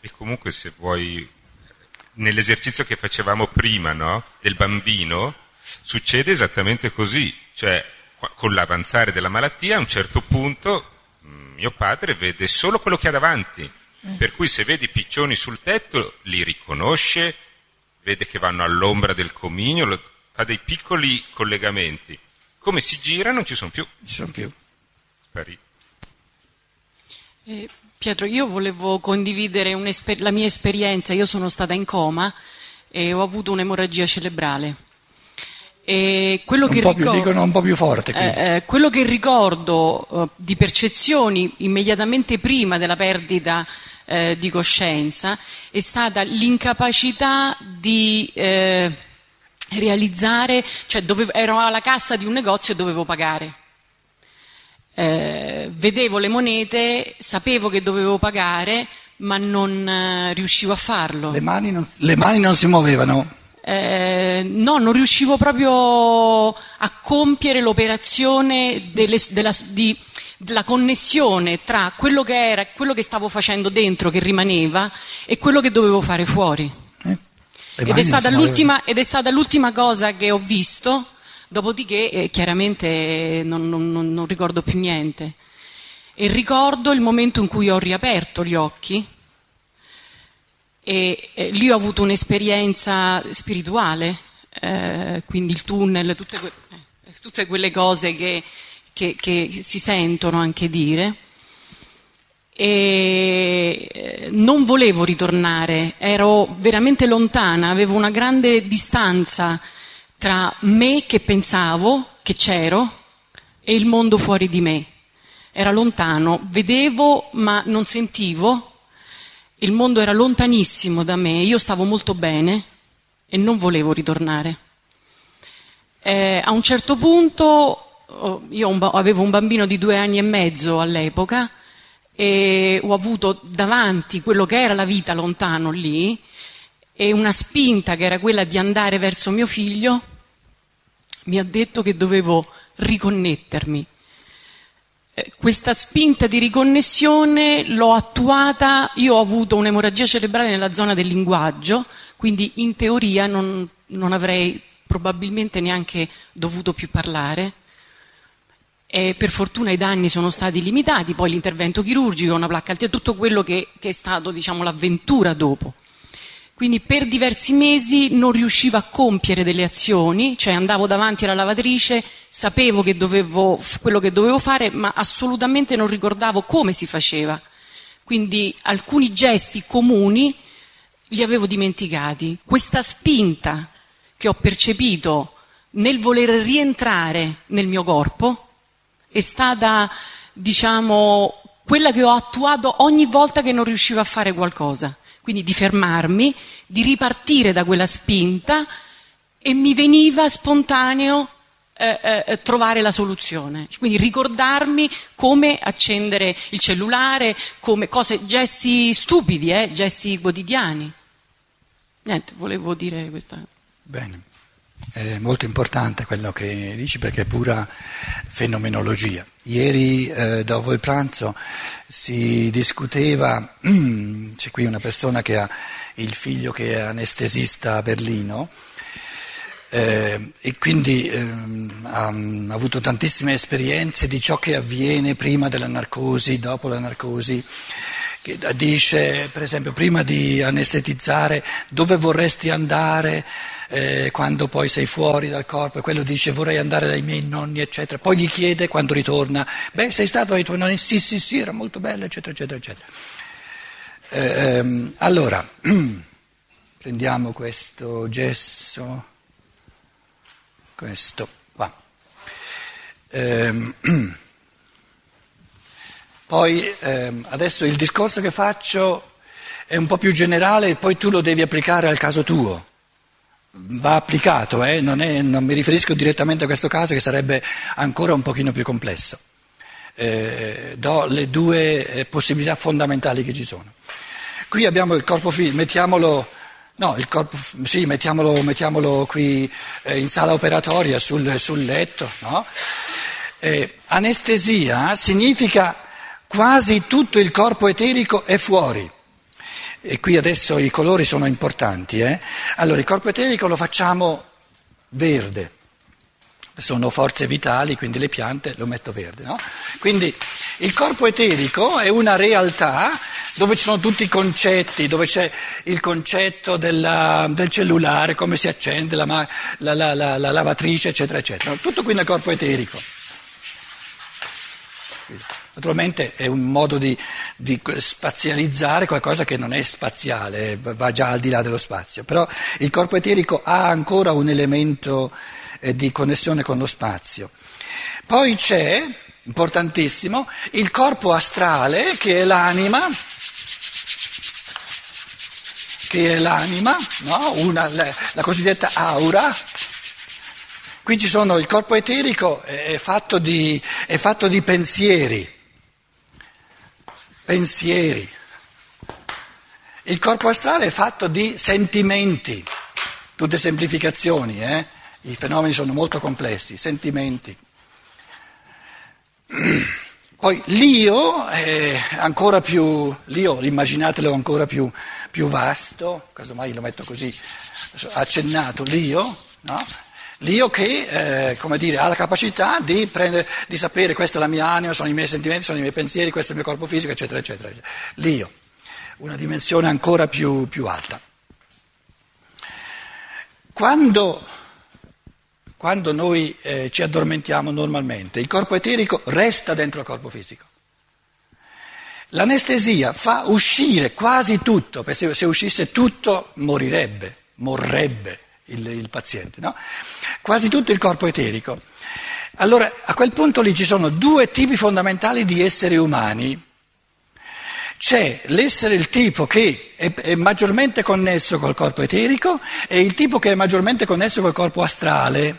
E comunque se vuoi, nell'esercizio che facevamo prima, no? Del bambino, succede esattamente così, cioè con l'avanzare della malattia a un certo punto mio padre vede solo quello che ha davanti, per cui se vede i piccioni sul tetto li riconosce, vede che vanno all'ombra del comignolo, fa dei piccoli collegamenti, come si gira non ci sono più. Spariti. Pietro, io volevo condividere la mia esperienza. Io sono stata in coma e ho avuto un'emorragia cerebrale. E quello che dicono un po' più forte. Quello che ricordo di percezioni immediatamente prima della perdita di coscienza è stata l'incapacità di realizzare, cioè ero alla cassa di un negozio e dovevo pagare. Vedevo le monete, sapevo che dovevo pagare, ma non riuscivo a farlo. Le mani non si muovevano? No, non riuscivo proprio a compiere l'operazione della connessione tra quello che era, quello che stavo facendo dentro, che rimaneva, e quello che dovevo fare fuori. Ed è stata l'ultima cosa che ho visto. Dopodiché chiaramente non ricordo più niente. E ricordo il momento in cui ho riaperto gli occhi e lì ho avuto un'esperienza spirituale, quindi il tunnel, tutte quelle cose che si sentono anche dire. E non volevo ritornare, ero veramente lontana, avevo una grande distanza tra me che pensavo che c'ero e il mondo fuori di me. Era lontano, vedevo ma non sentivo, il mondo era lontanissimo da me, io stavo molto bene e non volevo ritornare. A un certo punto, io avevo un bambino di 2 anni e mezzo all'epoca e ho avuto davanti quello che era la vita lontano lì e una spinta che era quella di andare verso mio figlio mi ha detto che dovevo riconnettermi. Questa spinta di riconnessione l'ho attuata, io ho avuto un'emorragia cerebrale nella zona del linguaggio, quindi in teoria non avrei probabilmente neanche dovuto più parlare. E per fortuna i danni sono stati limitati, poi l'intervento chirurgico, una placca al tiroide, tutto quello che è stato, diciamo, l'avventura dopo. Quindi per diversi mesi non riuscivo a compiere delle azioni, cioè andavo davanti alla lavatrice, sapevo che quello che dovevo fare, ma assolutamente non ricordavo come si faceva. Quindi alcuni gesti comuni li avevo dimenticati. Questa spinta che ho percepito nel voler rientrare nel mio corpo è stata, diciamo, quella che ho attuato ogni volta che non riuscivo a fare qualcosa. Quindi di fermarmi, di ripartire da quella spinta e mi veniva spontaneo trovare la soluzione. Quindi ricordarmi come accendere il cellulare, come gesti stupidi, gesti quotidiani. Niente, volevo dire questa. Bene, è molto importante quello che dici perché è pura fenomenologia. Ieri dopo il pranzo si discuteva, c'è qui una persona che ha il figlio che è anestesista a Berlino e quindi ha avuto tantissime esperienze di ciò che avviene prima della narcosi, dopo la narcosi. Che dice, per esempio, prima di anestetizzare dove vorresti andare quando poi sei fuori dal corpo, e quello dice vorrei andare dai miei nonni, eccetera. Poi gli chiede quando ritorna, sei stato dai tuoi nonni? Sì, era molto bello, eccetera, eccetera, eccetera. Allora, prendiamo questo gesso, questo qua. Poi adesso il discorso che faccio è un po' più generale e poi tu lo devi applicare al caso tuo. Va applicato, non mi riferisco direttamente a questo caso che sarebbe ancora un pochino più complesso. Do le 2 possibilità fondamentali che ci sono. Qui abbiamo il corpo fisico, mettiamolo qui in sala operatoria sul letto, no? Anestesia significa quasi tutto il corpo eterico è fuori. e qui adesso i colori sono importanti. Allora, il corpo eterico lo facciamo verde, sono forze vitali, quindi le piante lo metto verde, no? Quindi il corpo eterico è una realtà dove ci sono tutti i concetti, dove c'è il concetto del cellulare, come si accende la lavatrice, eccetera, eccetera. Tutto qui nel corpo eterico. Naturalmente è un modo di spazializzare qualcosa che non è spaziale, va già al di là dello spazio, però il corpo eterico ha ancora un elemento di connessione con lo spazio. Poi c'è, importantissimo, il corpo astrale che è l'anima, no? La cosiddetta aura. Qui ci sono, il corpo eterico è fatto di pensieri. Il corpo astrale è fatto di sentimenti, tutte semplificazioni, I fenomeni sono molto complessi, sentimenti. Poi l'io è ancora più, l'io immaginatelo ancora più vasto, casomai lo metto così accennato, l'io, no? L'io che, ha la capacità di sapere questa è la mia anima, sono i miei sentimenti, sono i miei pensieri, questo è il mio corpo fisico, eccetera, eccetera. L'io, una dimensione ancora più alta. Quando noi ci addormentiamo normalmente, il corpo eterico resta dentro il corpo fisico. L'anestesia fa uscire quasi tutto, perché se uscisse tutto morrebbe il paziente, no? Quasi tutto il corpo eterico. Allora, a quel punto lì ci sono due tipi fondamentali di esseri umani. C'è il tipo che è maggiormente connesso col corpo eterico e il tipo che è maggiormente connesso col corpo astrale.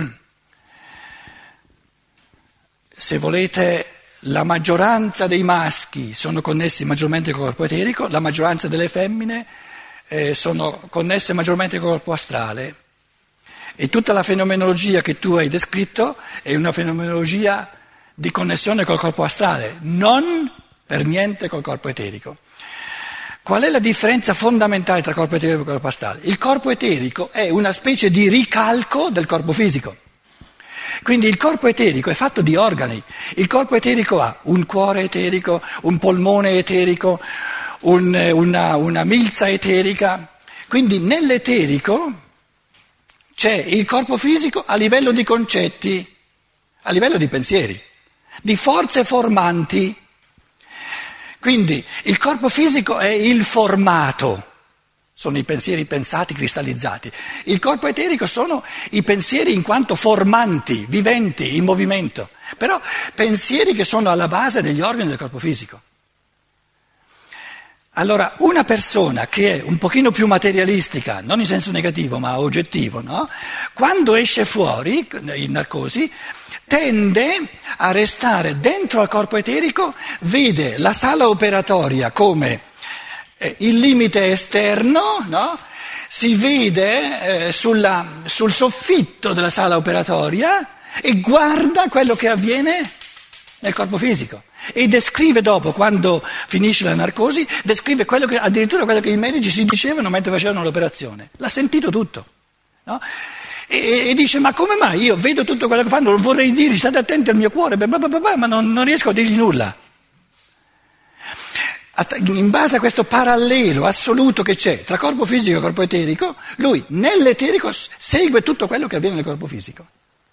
Se volete, la maggioranza dei maschi sono connessi maggiormente col corpo eterico, la maggioranza delle femmine sono connesse maggiormente col corpo astrale. E tutta la fenomenologia che tu hai descritto è una fenomenologia di connessione col corpo astrale, non per niente col corpo eterico. Qual è la differenza fondamentale tra corpo eterico e corpo astrale? Il corpo eterico è una specie di ricalco del corpo fisico. Quindi il corpo eterico è fatto di organi. Il corpo eterico ha un cuore eterico, un polmone eterico, una milza eterica. Quindi nell'eterico c'è il corpo fisico a livello di concetti, a livello di pensieri, di forze formanti. Quindi il corpo fisico è il formato, sono i pensieri pensati, cristallizzati. Il corpo eterico sono i pensieri in quanto formanti, viventi, in movimento, però pensieri che sono alla base degli organi del corpo fisico. Allora, una persona che è un pochino più materialistica, non in senso negativo ma oggettivo, no? Quando esce fuori, in narcosi, tende a restare dentro al corpo eterico, vede la sala operatoria come il limite esterno, no? Si vede sul soffitto della sala operatoria e guarda quello che avviene nel corpo fisico. E descrive dopo, quando finisce la narcosi, descrive addirittura quello che i medici si dicevano mentre facevano l'operazione. L'ha sentito tutto, no? E dice, ma come mai io vedo tutto quello che fanno, non vorrei dirgli state attenti al mio cuore, ma non riesco a dirgli nulla. In base a questo parallelo assoluto che c'è tra corpo fisico e corpo eterico, lui nell'eterico segue tutto quello che avviene nel corpo fisico.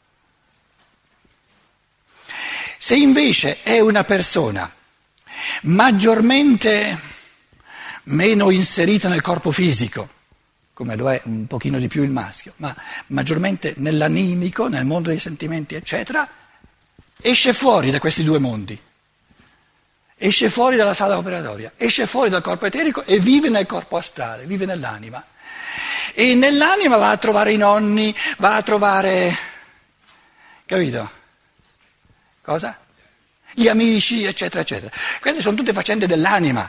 Se invece è una persona maggiormente meno inserita nel corpo fisico, come lo è un pochino di più il maschio, ma maggiormente nell'animico, nel mondo dei sentimenti, eccetera, esce fuori da questi due mondi, esce fuori dalla sala operatoria, esce fuori dal corpo eterico e vive nel corpo astrale, vive nell'anima. E nell'anima va a trovare i nonni, va a trovare, capito? Cosa? Gli amici, eccetera, eccetera. Quelle sono tutte faccende dell'anima.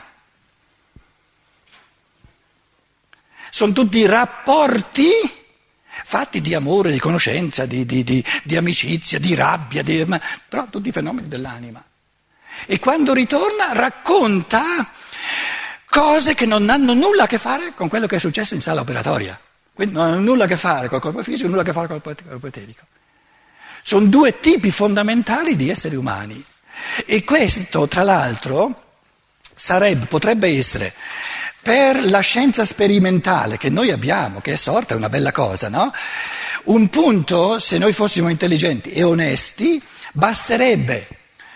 Sono tutti rapporti fatti di amore, di conoscenza, di amicizia, di rabbia, però tutti fenomeni dell'anima. E quando ritorna racconta cose che non hanno nulla a che fare con quello che è successo in sala operatoria. Quindi non hanno nulla a che fare col corpo fisico, nulla a che fare col corpo eterico. Sono due tipi fondamentali di esseri umani. E questo, tra l'altro, potrebbe essere, per la scienza sperimentale che noi abbiamo, che è sorta, è una bella cosa, no? Un punto, se noi fossimo intelligenti e onesti, basterebbe,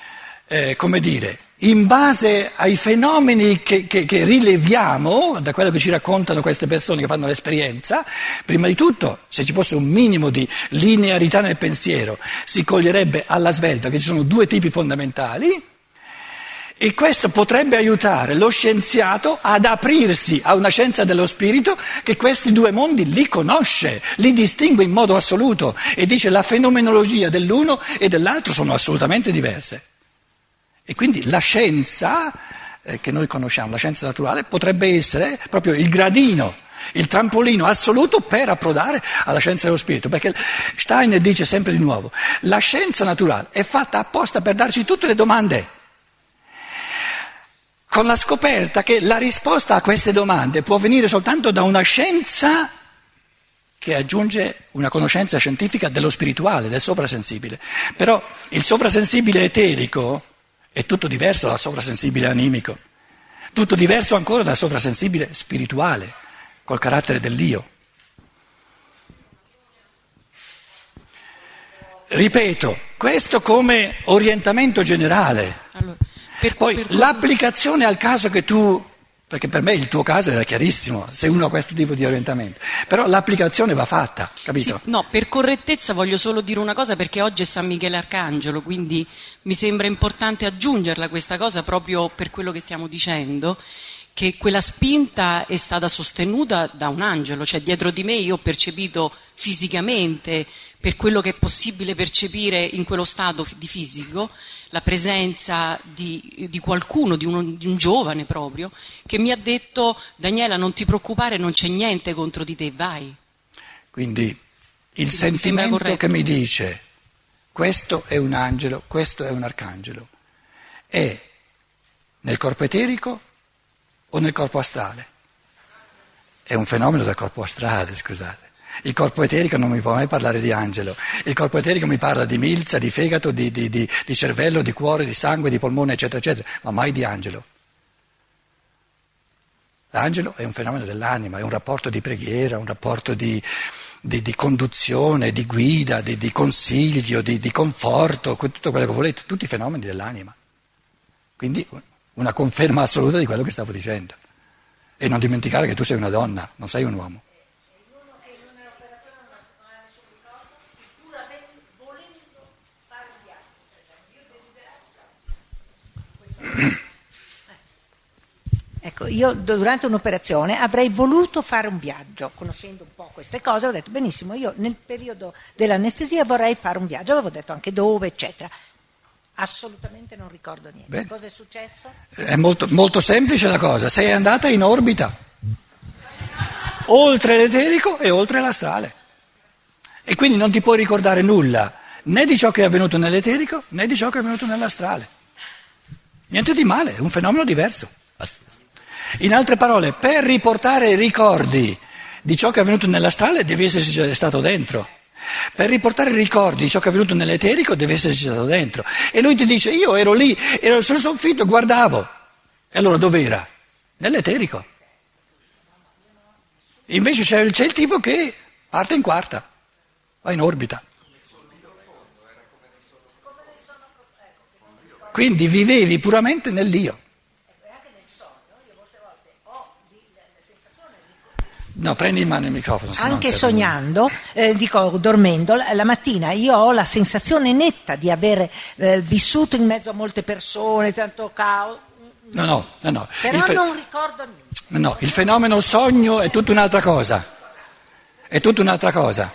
in base ai fenomeni che rileviamo, da quello che ci raccontano queste persone che fanno l'esperienza, prima di tutto, se ci fosse un minimo di linearità nel pensiero, si coglierebbe alla svelta che ci sono due tipi fondamentali, e questo potrebbe aiutare lo scienziato ad aprirsi a una scienza dello spirito che questi due mondi li conosce, li distingue in modo assoluto e dice la fenomenologia dell'uno e dell'altro sono assolutamente diverse. E quindi la scienza che noi conosciamo, la scienza naturale, potrebbe essere proprio il gradino, il trampolino assoluto per approdare alla scienza dello spirito, perché Steiner dice sempre di nuovo, la scienza naturale è fatta apposta per darci tutte le domande, con la scoperta che la risposta a queste domande può venire soltanto da una scienza che aggiunge una conoscenza scientifica dello spirituale, del sovrasensibile. Però il sovrasensibile eterico è tutto diverso dal sovrasensibile animico, tutto diverso ancora dal sovrasensibile spirituale, col carattere dell'io. Ripeto, questo come orientamento generale. Poi l'applicazione al caso che tu, perché per me il tuo caso era chiarissimo, se uno ha questo tipo di orientamento, però l'applicazione va fatta, capito? Sì, no, per correttezza voglio solo dire una cosa, perché oggi è San Michele Arcangelo, quindi mi sembra importante aggiungerla questa cosa proprio per quello che stiamo dicendo, che quella spinta è stata sostenuta da un angelo, cioè dietro di me io ho percepito fisicamente, per quello che è possibile percepire in quello stato di fisico, la presenza di qualcuno, di un giovane proprio, che mi ha detto: Daniela, non ti preoccupare, non c'è niente contro di te, vai. Quindi il sentimento che mi dice questo è un angelo, questo è un arcangelo, è nel corpo eterico o nel corpo astrale? È un fenomeno del corpo astrale, scusate. Il corpo eterico non mi può mai parlare di angelo, il corpo eterico mi parla di milza, di fegato, di cervello, di cuore, di sangue, di polmone, eccetera, eccetera, ma mai di angelo. L'angelo è un fenomeno dell'anima, è un rapporto di preghiera, un rapporto di conduzione, di guida, di consiglio, di conforto, tutto quello che volete, tutti i fenomeni dell'anima. Quindi una conferma assoluta di quello che stavo dicendo. E non dimenticare che tu sei una donna, non sei un uomo. Ecco, io durante un'operazione avrei voluto fare un viaggio, conoscendo un po' queste cose, ho detto benissimo, io nel periodo dell'anestesia vorrei fare un viaggio, avevo detto anche dove, eccetera. Assolutamente non ricordo niente. Bene. Cosa è successo? È molto, molto semplice la cosa, sei andata in orbita, oltre l'eterico e oltre l'astrale. E quindi non ti puoi ricordare nulla, né di ciò che è avvenuto nell'eterico, né di ciò che è avvenuto nell'astrale. Niente di male, è un fenomeno diverso. In altre parole, per riportare i ricordi di ciò che è avvenuto nell'astrale devi esserci già stato dentro. Per riportare i ricordi di ciò che è avvenuto nell'eterico devi esserci stato dentro. E lui ti dice: io ero lì, ero sul soffitto, guardavo. E allora dov'era? Nell'eterico. Invece c'è il tipo che parte in quarta, va in orbita. Quindi vivevi puramente nell'io. No, prendi in mano il microfono. Anche sognando, dormendo, la mattina io ho la sensazione netta di aver vissuto in mezzo a molte persone, tanto caos. No. Però non ricordo niente. No, il fenomeno sogno è tutta un'altra cosa. È tutta un'altra cosa.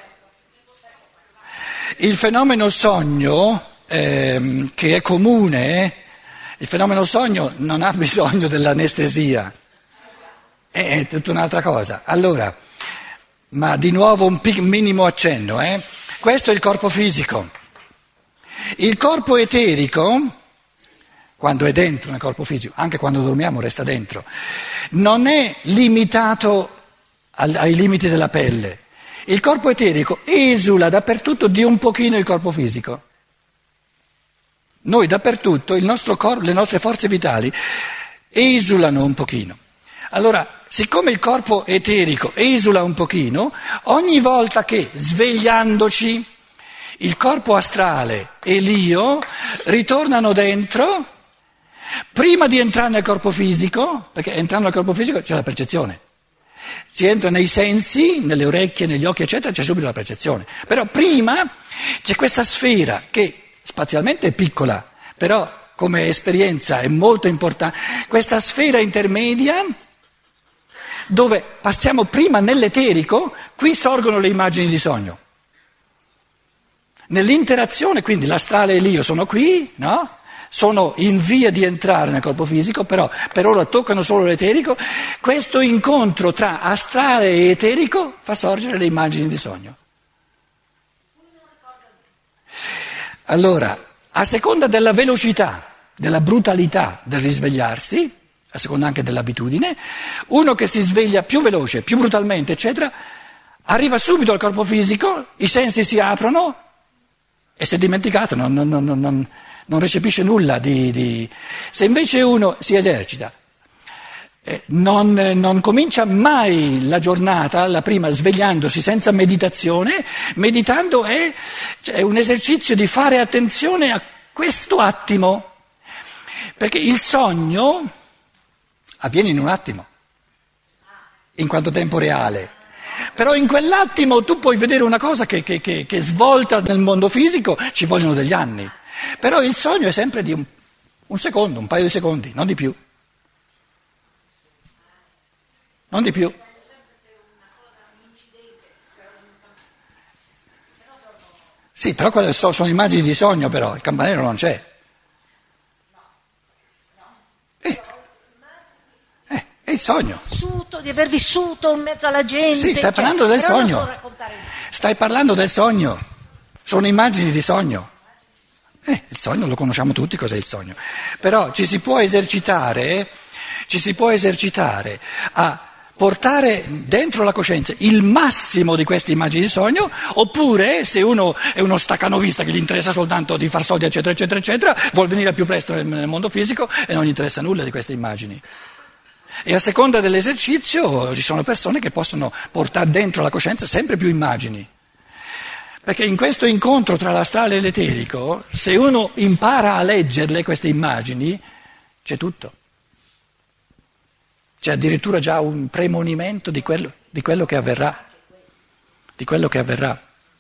Il fenomeno sogno, che è comune, il fenomeno sogno non ha bisogno dell'anestesia. È tutta un'altra cosa. Allora, ma di nuovo un minimo accenno. Questo è il corpo fisico. Il corpo eterico, quando è dentro nel corpo fisico, anche quando dormiamo resta dentro, non è limitato ai limiti della pelle. Il corpo eterico esula dappertutto di un pochino il corpo fisico. Noi dappertutto, il nostro corpo, le nostre forze vitali esulano un pochino. Allora, siccome il corpo eterico esula un pochino, ogni volta che svegliandoci il corpo astrale e l'io ritornano dentro, prima di entrare nel corpo fisico, perché entrando nel corpo fisico c'è la percezione. Si entra nei sensi, nelle orecchie, negli occhi, eccetera, c'è subito la percezione. Però prima c'è questa sfera che spazialmente è piccola, però come esperienza è molto importante, questa sfera intermedia dove passiamo prima nell'eterico, qui sorgono le immagini di sogno. Nell'interazione, quindi l'astrale e l'io sono qui, no? Sono in via di entrare nel corpo fisico, però per ora toccano solo l'eterico. Questo incontro tra astrale e eterico fa sorgere le immagini di sogno. Allora, a seconda della velocità, della brutalità del risvegliarsi, a seconda anche dell'abitudine, uno che si sveglia più veloce, più brutalmente, eccetera, arriva subito al corpo fisico, i sensi si aprono e si è dimenticato, non recepisce nulla Se invece uno si esercita, non comincia mai la giornata, la prima svegliandosi senza meditazione, meditando è un esercizio di fare attenzione a questo attimo, perché il sogno avviene in un attimo, in quanto tempo reale. Però in quell'attimo tu puoi vedere una cosa che svolta nel mondo fisico, ci vogliono degli anni. Però il sogno è sempre di un secondo, un paio di secondi, non di più. Non di più. Sì, però quelle sono immagini di sogno, però il campanello non c'è. È il sogno. Di aver vissuto in mezzo alla gente. Sì, stai parlando del sogno. Stai parlando del sogno. Sono immagini di sogno. Il sogno lo conosciamo tutti, cos'è il sogno. Però ci si può esercitare a portare dentro la coscienza il massimo di queste immagini di sogno, oppure se uno è uno staccanovista che gli interessa soltanto di far soldi, eccetera, eccetera, eccetera, vuol venire più presto nel mondo fisico e non gli interessa nulla di queste immagini. E a seconda dell'esercizio ci sono persone che possono portare dentro la coscienza sempre più immagini. Perché in questo incontro tra l'astrale e l'eterico, se uno impara a leggerle queste immagini, c'è tutto. C'è addirittura già un premonimento di quello che avverrà. Di quello che avverrà.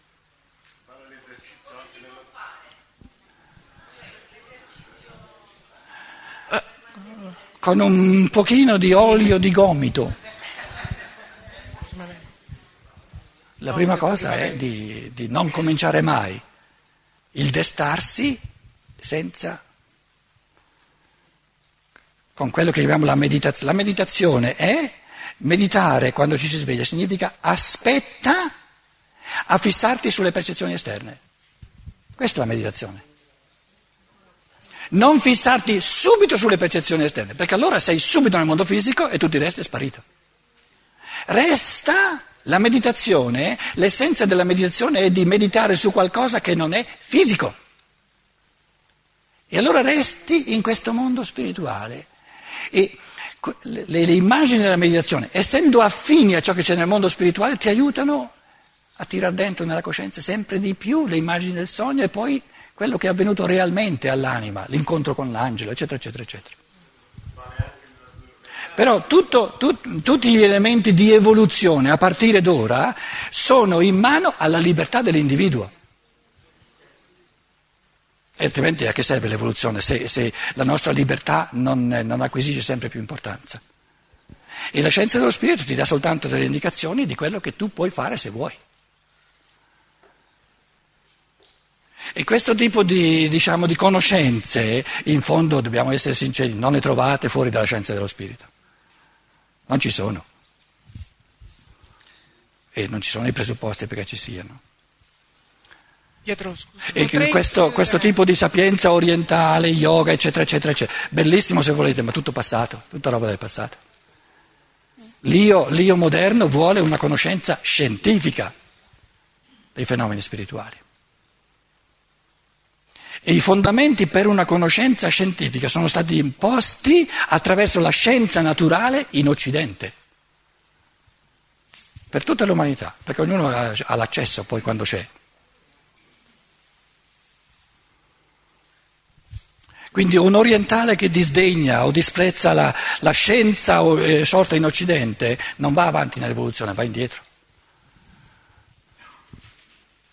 Con un pochino di olio di gomito. La prima cosa è di non cominciare mai il destarsi con quello che chiamiamo la meditazione. La meditazione è meditare quando ci si sveglia, significa aspetta a fissarti sulle percezioni esterne. Questa è la meditazione. Non fissarti subito sulle percezioni esterne, perché allora sei subito nel mondo fisico e tutto il resto è sparito. Resta la meditazione, l'essenza della meditazione è di meditare su qualcosa che non è fisico. E allora resti in questo mondo spirituale. E le immagini della meditazione, essendo affini a ciò che c'è nel mondo spirituale, ti aiutano a tirare dentro nella coscienza sempre di più le immagini del sogno e poi quello che è avvenuto realmente all'anima, l'incontro con l'angelo, eccetera, eccetera, eccetera. Però tutti gli elementi di evoluzione a partire d'ora sono in mano alla libertà dell'individuo. E altrimenti a che serve l'evoluzione se la nostra libertà non acquisisce sempre più importanza? E la scienza dello spirito ti dà soltanto delle indicazioni di quello che tu puoi fare se vuoi. E questo tipo di conoscenze, in fondo dobbiamo essere sinceri, non ne trovate fuori dalla scienza dello spirito. Non ci sono. E non ci sono i presupposti perché ci siano. Pietro, scusa. E questo tipo di sapienza orientale, yoga, eccetera, eccetera, eccetera, bellissimo se volete, ma tutto passato, tutta roba del passato. L'io moderno vuole una conoscenza scientifica dei fenomeni spirituali. E i fondamenti per una conoscenza scientifica sono stati imposti attraverso la scienza naturale in Occidente, per tutta l'umanità, perché ognuno ha l'accesso poi quando c'è. Quindi un orientale che disdegna o disprezza la scienza sorta in Occidente non va avanti nell'evoluzione, va indietro.